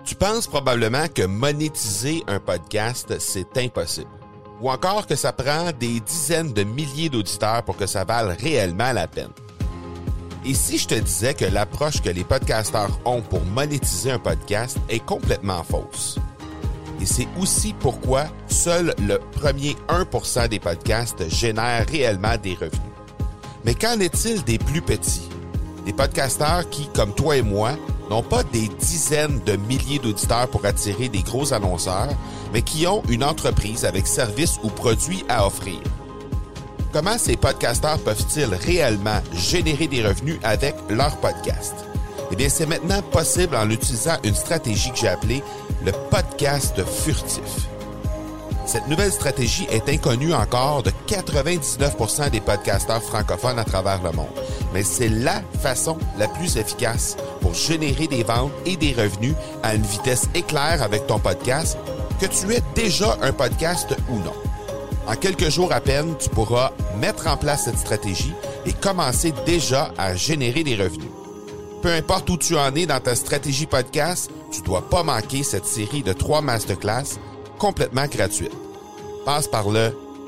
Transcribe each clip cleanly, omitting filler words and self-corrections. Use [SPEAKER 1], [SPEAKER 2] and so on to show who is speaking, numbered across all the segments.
[SPEAKER 1] Tu penses probablement que monétiser un podcast, c'est impossible. Ou encore que ça prend des dizaines de milliers d'auditeurs pour que ça vale réellement la peine. Et si je te disais que l'approche que les podcasteurs ont pour monétiser un podcast est complètement fausse? Et c'est aussi pourquoi seul le premier 1% des podcasts génèrent réellement des revenus. Mais qu'en est-il des plus petits? Des podcasteurs qui, comme toi et moi, n'ont pas des dizaines de milliers d'auditeurs pour attirer des gros annonceurs, mais qui ont une entreprise avec services ou produits à offrir. Comment ces podcasteurs peuvent-ils réellement générer des revenus avec leur podcast? Eh bien, c'est maintenant possible en utilisant une stratégie que j'ai appelée le podcast furtif. Cette nouvelle stratégie est inconnue encore de 99% des podcasteurs francophones à travers le monde, mais c'est la façon la plus efficace pour générer des ventes et des revenus à une vitesse éclair avec ton podcast, que tu aies déjà un podcast ou non. En quelques jours à peine, tu pourras mettre en place cette stratégie et commencer déjà à générer des revenus. Peu importe où tu en es dans ta stratégie podcast, tu ne dois pas manquer cette série de 3 masterclass complètement gratuite. Passe par le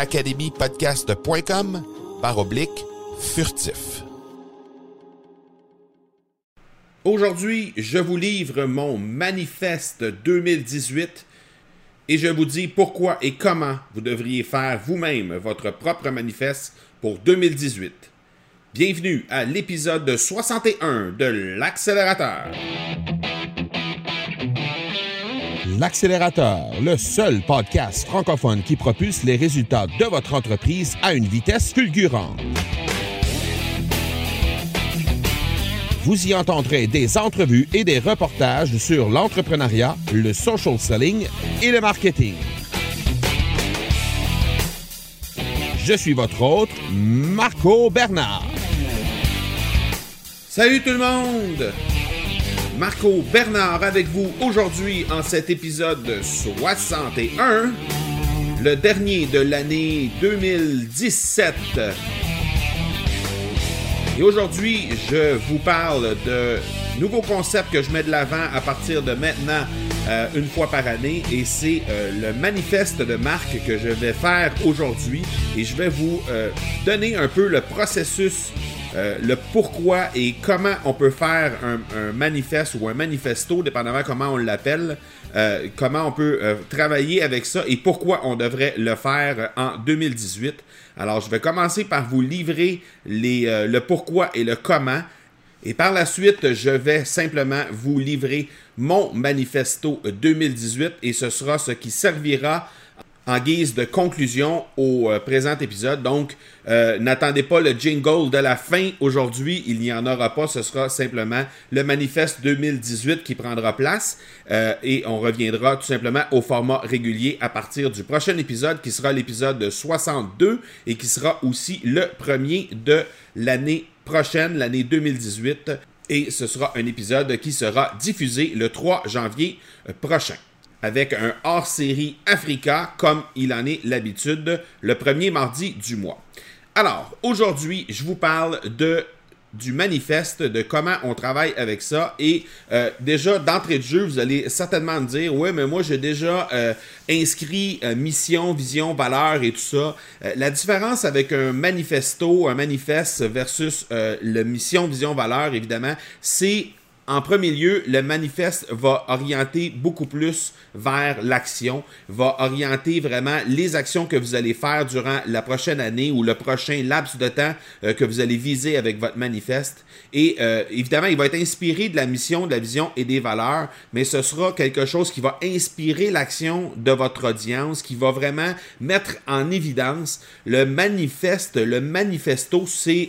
[SPEAKER 1] academypodcast.com/furtif. Aujourd'hui, je vous livre mon manifeste 2018 et je vous dis pourquoi et comment vous devriez faire vous-même votre propre manifeste pour 2018. Bienvenue à l'épisode 61 de l'Accélérateur.
[SPEAKER 2] L'Accélérateur, le seul podcast francophone qui propulse les résultats de votre entreprise à une vitesse fulgurante. Vous y entendrez des entrevues et des reportages sur l'entrepreneuriat, le social selling et le marketing. Je suis votre hôte, Marco Bernard.
[SPEAKER 1] Salut tout le monde! Marco Bernard avec vous aujourd'hui en cet épisode 61, le dernier de l'année 2017. Et aujourd'hui, je vous parle de nouveaux concepts que je mets de l'avant à partir de maintenant, une fois par année, et c'est le manifeste de marque que je vais faire aujourd'hui, et je vais vous donner un peu le processus, le pourquoi et comment on peut faire un manifeste ou un manifesto, dépendamment comment on l'appelle, comment on peut travailler avec ça et pourquoi on devrait le faire en 2018. Alors, je vais commencer par vous livrer le pourquoi et le comment. Et par la suite, je vais simplement vous livrer mon manifesto 2018 et ce sera ce qui servira en guise de conclusion au présent épisode. Donc, n'attendez pas le jingle de la fin aujourd'hui, il n'y en aura pas, ce sera simplement le manifeste 2018 qui prendra place et on reviendra tout simplement au format régulier à partir du prochain épisode qui sera l'épisode 62 et qui sera aussi le premier de l'année prochaine, l'année 2018, et ce sera un épisode qui sera diffusé le 3 janvier prochain, avec un hors-série Africa, comme il en est l'habitude, le premier mardi du mois. Alors, aujourd'hui, je vous parle du manifeste, de comment on travaille avec ça, et déjà, d'entrée de jeu, vous allez certainement me dire « Ouais, mais moi, j'ai déjà inscrit mission, vision, valeur et tout ça. » La différence avec un manifesto, un manifeste versus le mission, vision, valeur, évidemment, c'est... En premier lieu, le manifeste va orienter beaucoup plus vers l'action, va orienter vraiment les actions que vous allez faire durant la prochaine année ou le prochain laps de temps que vous allez viser avec votre manifeste. Et évidemment, il va être inspiré de la mission, de la vision et des valeurs, mais ce sera quelque chose qui va inspirer l'action de votre audience, qui va vraiment mettre en évidence le manifeste. Le manifesto,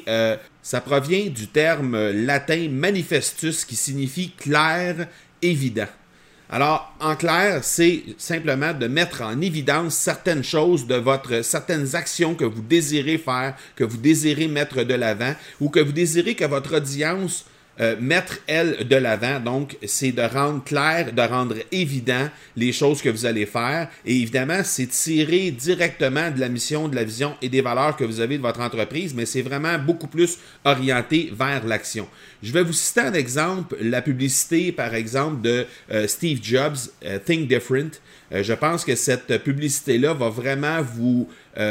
[SPEAKER 1] ça provient du terme latin manifestus qui signifie clair, évident. Alors, en clair, c'est simplement de mettre en évidence certaines choses certaines actions que vous désirez faire, que vous désirez mettre de l'avant ou que vous désirez que votre audience mettre, elle, de l'avant. Donc, c'est de rendre clair, de rendre évident les choses que vous allez faire. Et évidemment, c'est tiré directement de la mission, de la vision et des valeurs que vous avez de votre entreprise, mais c'est vraiment beaucoup plus orienté vers l'action. Je vais vous citer un exemple, la publicité, par exemple, de Steve Jobs, Think Different. Je pense que cette publicité-là va vraiment vous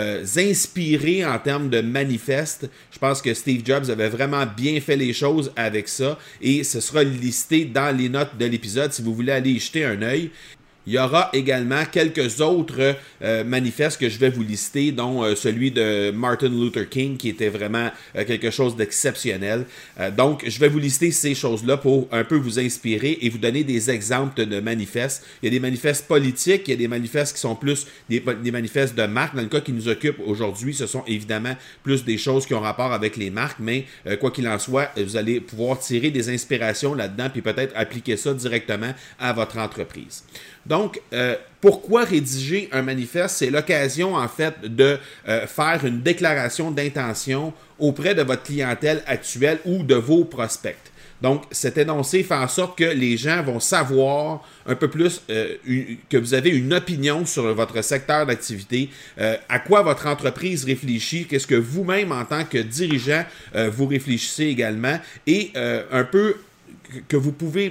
[SPEAKER 1] inspirer en termes de manifeste. Je pense que Steve Jobs avait vraiment bien fait les choses avec ça et ce sera listé dans les notes de l'épisode si vous voulez aller y jeter un œil. Il y aura également quelques autres manifestes que je vais vous lister, dont celui de Martin Luther King, qui était vraiment quelque chose d'exceptionnel. Donc, je vais vous lister ces choses-là pour un peu vous inspirer et vous donner des exemples de manifestes. Il y a des manifestes politiques, il y a des manifestes qui sont plus des manifestes de marque. Dans le cas qui nous occupe aujourd'hui, ce sont évidemment plus des choses qui ont rapport avec les marques, mais quoi qu'il en soit, vous allez pouvoir tirer des inspirations là-dedans puis peut-être appliquer ça directement à votre entreprise. Donc, pourquoi rédiger un manifeste? C'est l'occasion, en fait, de faire une déclaration d'intention auprès de votre clientèle actuelle ou de vos prospects. Donc, cet énoncé fait en sorte que les gens vont savoir un peu plus que vous avez une opinion sur votre secteur d'activité, à quoi votre entreprise réfléchit, qu'est-ce que vous-même, en tant que dirigeant, vous réfléchissez également, et un peu que vous pouvez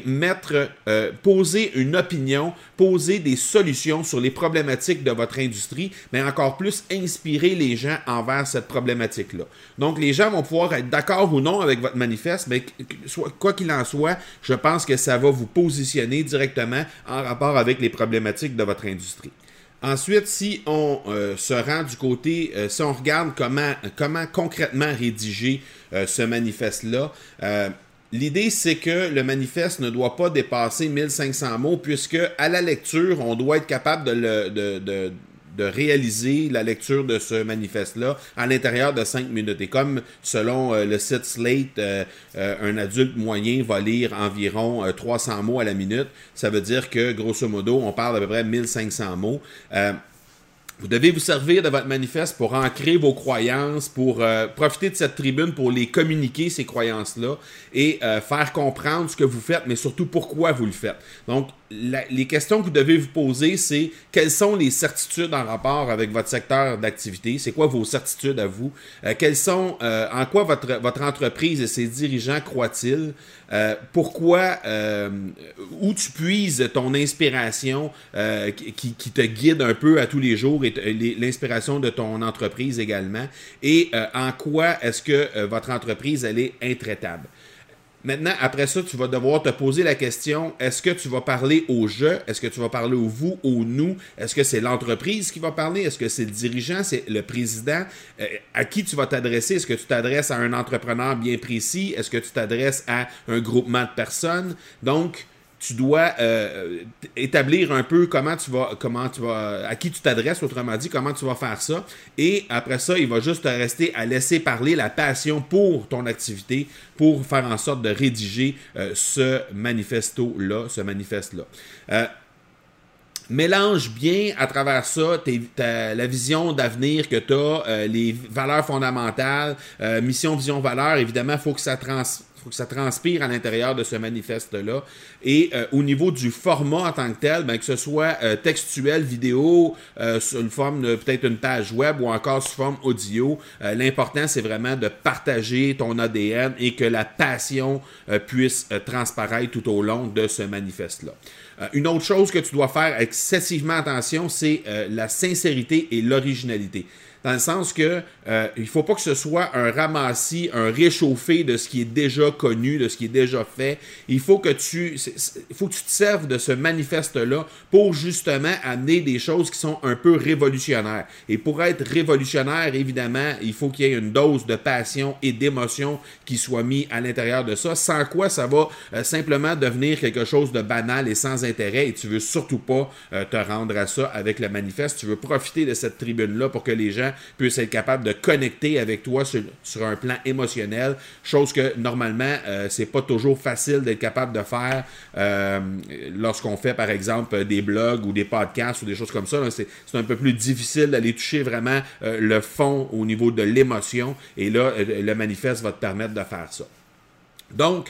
[SPEAKER 1] poser une opinion, poser des solutions sur les problématiques de votre industrie, mais encore plus inspirer les gens envers cette problématique-là. Donc, les gens vont pouvoir être d'accord ou non avec votre manifeste, mais quoi qu'il en soit, je pense que ça va vous positionner directement en rapport avec les problématiques de votre industrie. Ensuite, si on se rend du côté, si on regarde comment concrètement rédiger ce manifeste-là, l'idée, c'est que le manifeste ne doit pas dépasser 1500 mots, puisque à la lecture, on doit être capable de réaliser la lecture de ce manifeste-là à l'intérieur de 5 minutes. Et comme selon le site Slate, un adulte moyen va lire environ 300 mots à la minute, ça veut dire que, grosso modo, on parle d'à peu près 1500 mots. Vous devez vous servir de votre manifeste pour ancrer vos croyances, pour profiter de cette tribune pour les communiquer, ces croyances-là, et faire comprendre ce que vous faites, mais surtout pourquoi vous le faites. Donc, les questions que vous devez vous poser, c'est quelles sont les certitudes en rapport avec votre secteur d'activité? C'est quoi vos certitudes à vous? En quoi votre entreprise et ses dirigeants croient-ils? Pourquoi, où tu puises ton inspiration qui te guide un peu à tous les jours et l'inspiration de ton entreprise également, et en quoi est-ce que votre entreprise elle est intraitable. Maintenant, après ça, tu vas devoir te poser la question, est-ce que tu vas parler au « je », est-ce que tu vas parler au « vous », au « nous », est-ce que c'est l'entreprise qui va parler, est-ce que c'est le dirigeant, c'est le président, à qui tu vas t'adresser, est-ce que tu t'adresses à un entrepreneur bien précis, est-ce que tu t'adresses à un groupement de personnes, donc tu dois établir un peu à qui tu t'adresses, autrement dit, comment tu vas faire ça. Et après ça, il va juste te rester à laisser parler la passion pour ton activité pour faire en sorte de rédiger ce manifeste-là. Mélange bien à travers ça la vision d'avenir que tu as, les valeurs fondamentales, mission, vision, valeur. Évidemment, il faut que ça transpire à l'intérieur de ce manifeste-là. Et au niveau du format en tant que tel, que ce soit textuel, vidéo, sous une forme de peut-être une page web ou encore sous forme audio, l'important, c'est vraiment de partager ton ADN et que la passion puisse transparaître tout au long de ce manifeste-là. Une autre chose que tu dois faire excessivement attention, c'est la sincérité et l'originalité. Dans le sens que il ne faut pas que ce soit un ramassis, un réchauffé de ce qui est déjà connu, de ce qui est déjà fait. Il faut que tu te serves de ce manifeste-là pour justement amener des choses qui sont un peu révolutionnaires. Et pour être révolutionnaire, évidemment, il faut qu'il y ait une dose de passion et d'émotion qui soit mise à l'intérieur de ça, sans quoi ça va simplement devenir quelque chose de banal et sans intérêt. Et tu ne veux surtout pas te rendre à ça avec le manifeste. Tu veux profiter de cette tribune-là pour que les gens puissent être capables de connecter avec toi sur un plan émotionnel, chose que normalement, c'est pas toujours facile d'être capable de faire lorsqu'on fait, par exemple, des blogs ou des podcasts ou des choses comme ça. Là, c'est un peu plus difficile d'aller toucher vraiment le fond au niveau de l'émotion, et là, le manifeste va te permettre de faire ça. Donc,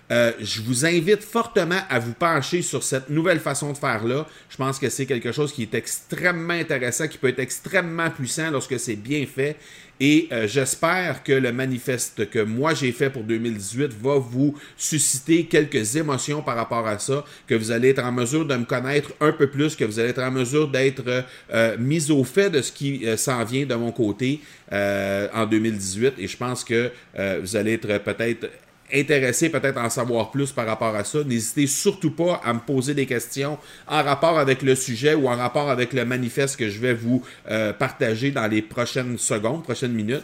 [SPEAKER 1] Je vous invite fortement à vous pencher sur cette nouvelle façon de faire-là. Je pense que c'est quelque chose qui est extrêmement intéressant, qui peut être extrêmement puissant lorsque c'est bien fait. Et j'espère que le manifeste que moi j'ai fait pour 2018 va vous susciter quelques émotions par rapport à ça, que vous allez être en mesure de me connaître un peu plus, que vous allez être en mesure d'être mis au fait de ce qui s'en vient de mon côté en 2018. Et je pense que vous allez être peut-être intéressé peut-être à en savoir plus par rapport à ça. N'hésitez surtout pas à me poser des questions en rapport avec le sujet ou en rapport avec le manifeste que je vais vous partager dans les prochaines secondes, prochaines minutes.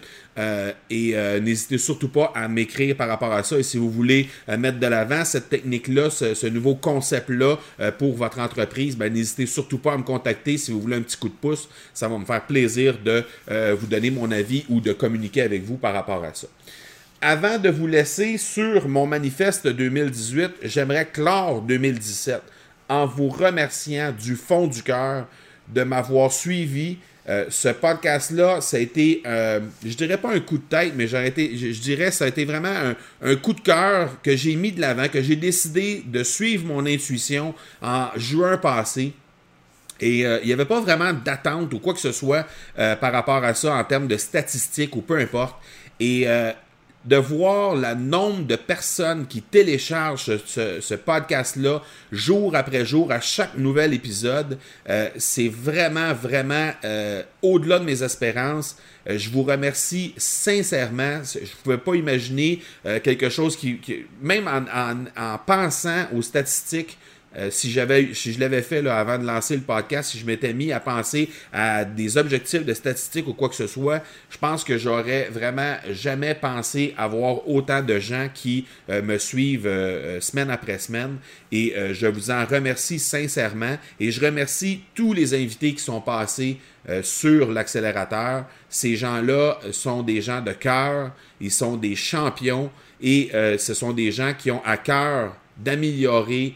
[SPEAKER 1] N'hésitez surtout pas à m'écrire par rapport à ça. Et si vous voulez mettre de l'avant cette technique-là, ce nouveau concept-là pour votre entreprise, n'hésitez surtout pas à me contacter si vous voulez un petit coup de pouce. Ça va me faire plaisir de vous donner mon avis ou de communiquer avec vous par rapport à ça. Avant de vous laisser sur mon manifeste 2018, j'aimerais clore 2017 en vous remerciant du fond du cœur de m'avoir suivi. Ce podcast-là, ça a été, je dirais pas un coup de tête, mais je dirais ça a été vraiment un coup de cœur que j'ai mis de l'avant, que j'ai décidé de suivre mon intuition en juin passé. Et il n'y avait pas vraiment d'attente ou quoi que ce soit par rapport à ça en termes de statistiques ou peu importe. Et de voir le nombre de personnes qui téléchargent ce podcast-là jour après jour à chaque nouvel épisode, c'est vraiment, vraiment au-delà de mes espérances. Je vous remercie sincèrement. Je ne pouvais pas imaginer quelque chose qui même en pensant aux statistiques, si je l'avais fait là, avant de lancer le podcast, si je m'étais mis à penser à des objectifs de statistiques ou quoi que ce soit, je pense que j'aurais vraiment jamais pensé avoir autant de gens qui me suivent semaine après semaine. Et je vous en remercie sincèrement. Et je remercie tous les invités qui sont passés sur l'accélérateur. Ces gens-là sont des gens de cœur, ils sont des champions et ce sont des gens qui ont à cœur d'améliorer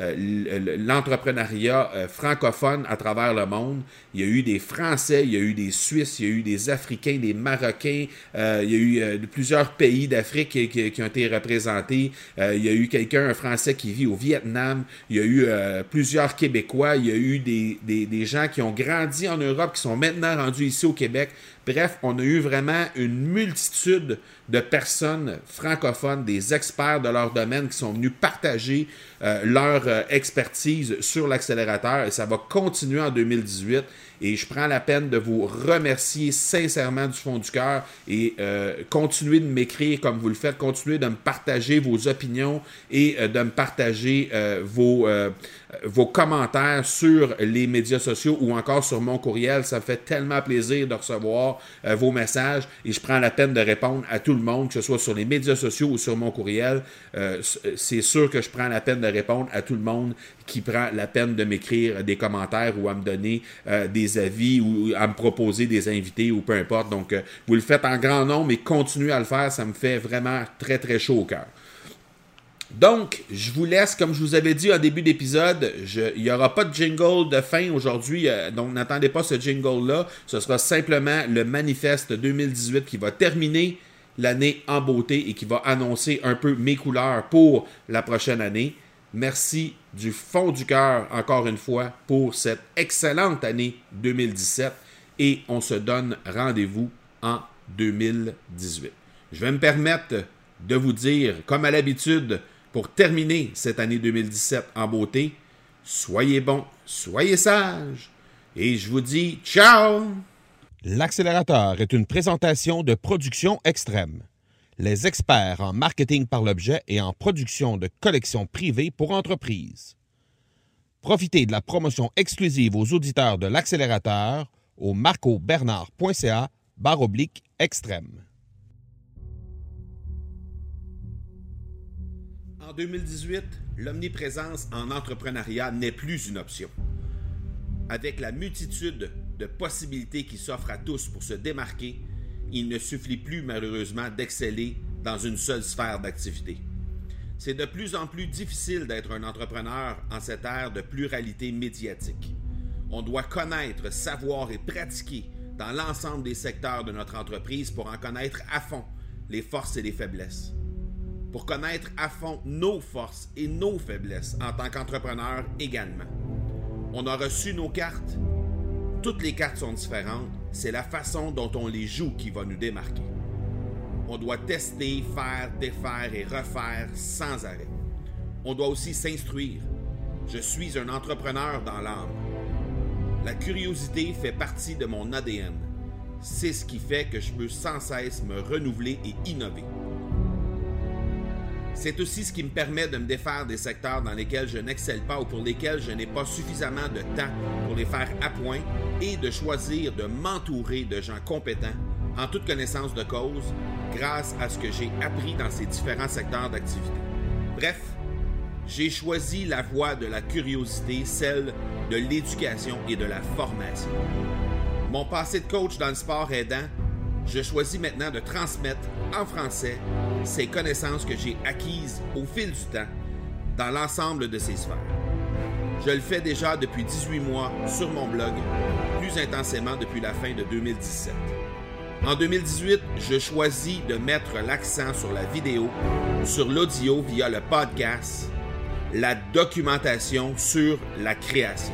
[SPEAKER 1] l'entrepreneuriat francophone à travers le monde. Il y a eu des Français, il y a eu des Suisses, il y a eu des Africains, des Marocains, il y a eu plusieurs pays d'Afrique qui ont été représentés. Il y a eu un Français qui vit au Vietnam, il y a eu plusieurs Québécois, il y a eu des gens qui ont grandi en Europe, qui sont maintenant rendus ici au Québec. Bref, on a eu vraiment une multitude de personnes francophones, des experts de leur domaine qui sont venus partager leur expertise sur l'accélérateur et ça va continuer en 2018. Et je prends la peine de vous remercier sincèrement du fond du cœur et continuez de m'écrire comme vous le faites, continuez de me partager vos opinions et de me partager vos commentaires sur les médias sociaux ou encore sur mon courriel. Ça me fait tellement plaisir de recevoir vos messages et je prends la peine de répondre à tout le monde, que ce soit sur les médias sociaux ou sur mon courriel. C'est sûr que je prends la peine de répondre à tout le monde qui prend la peine de m'écrire des commentaires ou à me donner des avis ou à me proposer des invités ou peu importe. Donc, vous le faites en grand nombre et continuez à le faire. Ça me fait vraiment très, très chaud au cœur. Donc, je vous laisse, comme je vous avais dit en début d'épisode, il n'y aura pas de jingle de fin aujourd'hui, donc n'attendez pas ce jingle-là. Ce sera simplement le manifeste 2018 qui va terminer l'année en beauté et qui va annoncer un peu mes couleurs pour la prochaine année. Merci du fond du cœur, encore une fois, pour cette excellente année 2017 et on se donne rendez-vous en 2018. Je vais me permettre de vous dire, comme à l'habitude, pour terminer cette année 2017 en beauté, soyez bons, soyez sages et je vous dis ciao!
[SPEAKER 2] L'accélérateur est une présentation de Production Extrême. Les experts en marketing par l'objet et en production de collections privées pour entreprises. Profitez de la promotion exclusive aux auditeurs de l'accélérateur au marcobernard.ca/extrême.
[SPEAKER 1] En 2018, l'omniprésence en entrepreneuriat n'est plus une option. Avec la multitude de possibilités qui s'offrent à tous pour se démarquer, il ne suffit plus malheureusement d'exceller dans une seule sphère d'activité. C'est de plus en plus difficile d'être un entrepreneur en cette ère de pluralité médiatique. On doit connaître, savoir et pratiquer dans l'ensemble des secteurs de notre entreprise pour en connaître à fond les forces et les faiblesses. pour connaître à fond nos forces et nos faiblesses en tant qu'entrepreneur également. On a reçu nos cartes. Toutes les cartes sont différentes. C'est la façon dont on les joue qui va nous démarquer. On doit tester, faire, défaire et refaire sans arrêt. On doit aussi s'instruire. Je suis un entrepreneur dans l'âme. La curiosité fait partie de mon ADN. C'est ce qui fait que je peux sans cesse me renouveler et innover. C'est aussi ce qui me permet de me défaire des secteurs dans lesquels je n'excelle pas ou pour lesquels je n'ai pas suffisamment de temps pour les faire à point et de choisir de m'entourer de gens compétents en toute connaissance de cause grâce à ce que j'ai appris dans ces différents secteurs d'activité. Bref, j'ai choisi la voie de la curiosité, celle de l'éducation et de la formation. Mon passé de coach dans le sport aidant, je choisis maintenant de transmettre en français ces connaissances que j'ai acquises au fil du temps dans l'ensemble de ces sphères. Je le fais déjà depuis 18 mois sur mon blog, plus intensément depuis la fin de 2017. En 2018, je choisis de mettre l'accent sur la vidéo, sur l'audio via le podcast, la documentation sur la création.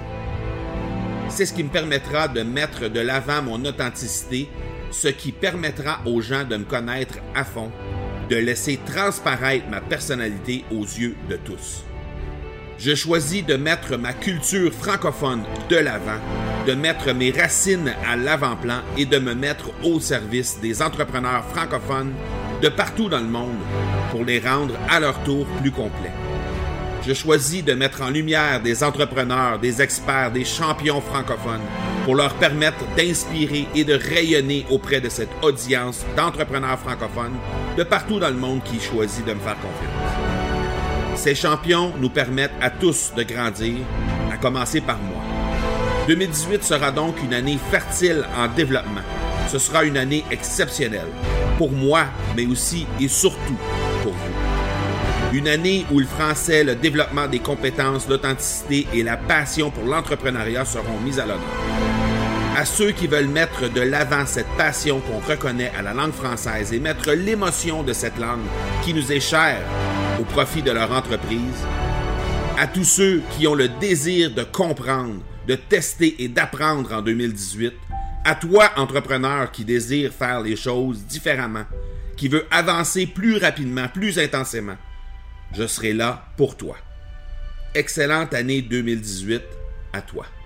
[SPEAKER 1] C'est ce qui me permettra de mettre de l'avant mon authenticité, ce qui permettra aux gens de me connaître à fond, de laisser transparaître ma personnalité aux yeux de tous. Je choisis de mettre ma culture francophone de l'avant, de mettre mes racines à l'avant-plan et de me mettre au service des entrepreneurs francophones de partout dans le monde pour les rendre à leur tour plus complets. Je choisis de mettre en lumière des entrepreneurs, des experts, des champions francophones pour leur permettre d'inspirer et de rayonner auprès de cette audience d'entrepreneurs francophones de partout dans le monde qui choisit de me faire confiance. Ces champions nous permettent à tous de grandir, à commencer par moi. 2018 sera donc une année fertile en développement. Ce sera une année exceptionnelle, pour moi, mais aussi et surtout pour vous. Une année où le français, le développement des compétences, l'authenticité et la passion pour l'entrepreneuriat seront mis à l'honneur. À ceux qui veulent mettre de l'avant cette passion qu'on reconnaît à la langue française et mettre l'émotion de cette langue qui nous est chère au profit de leur entreprise. À tous ceux qui ont le désir de comprendre, de tester et d'apprendre en 2018. À toi, entrepreneur qui désire faire les choses différemment, qui veut avancer plus rapidement, plus intensément. Je serai là pour toi. Excellente année 2018 à toi.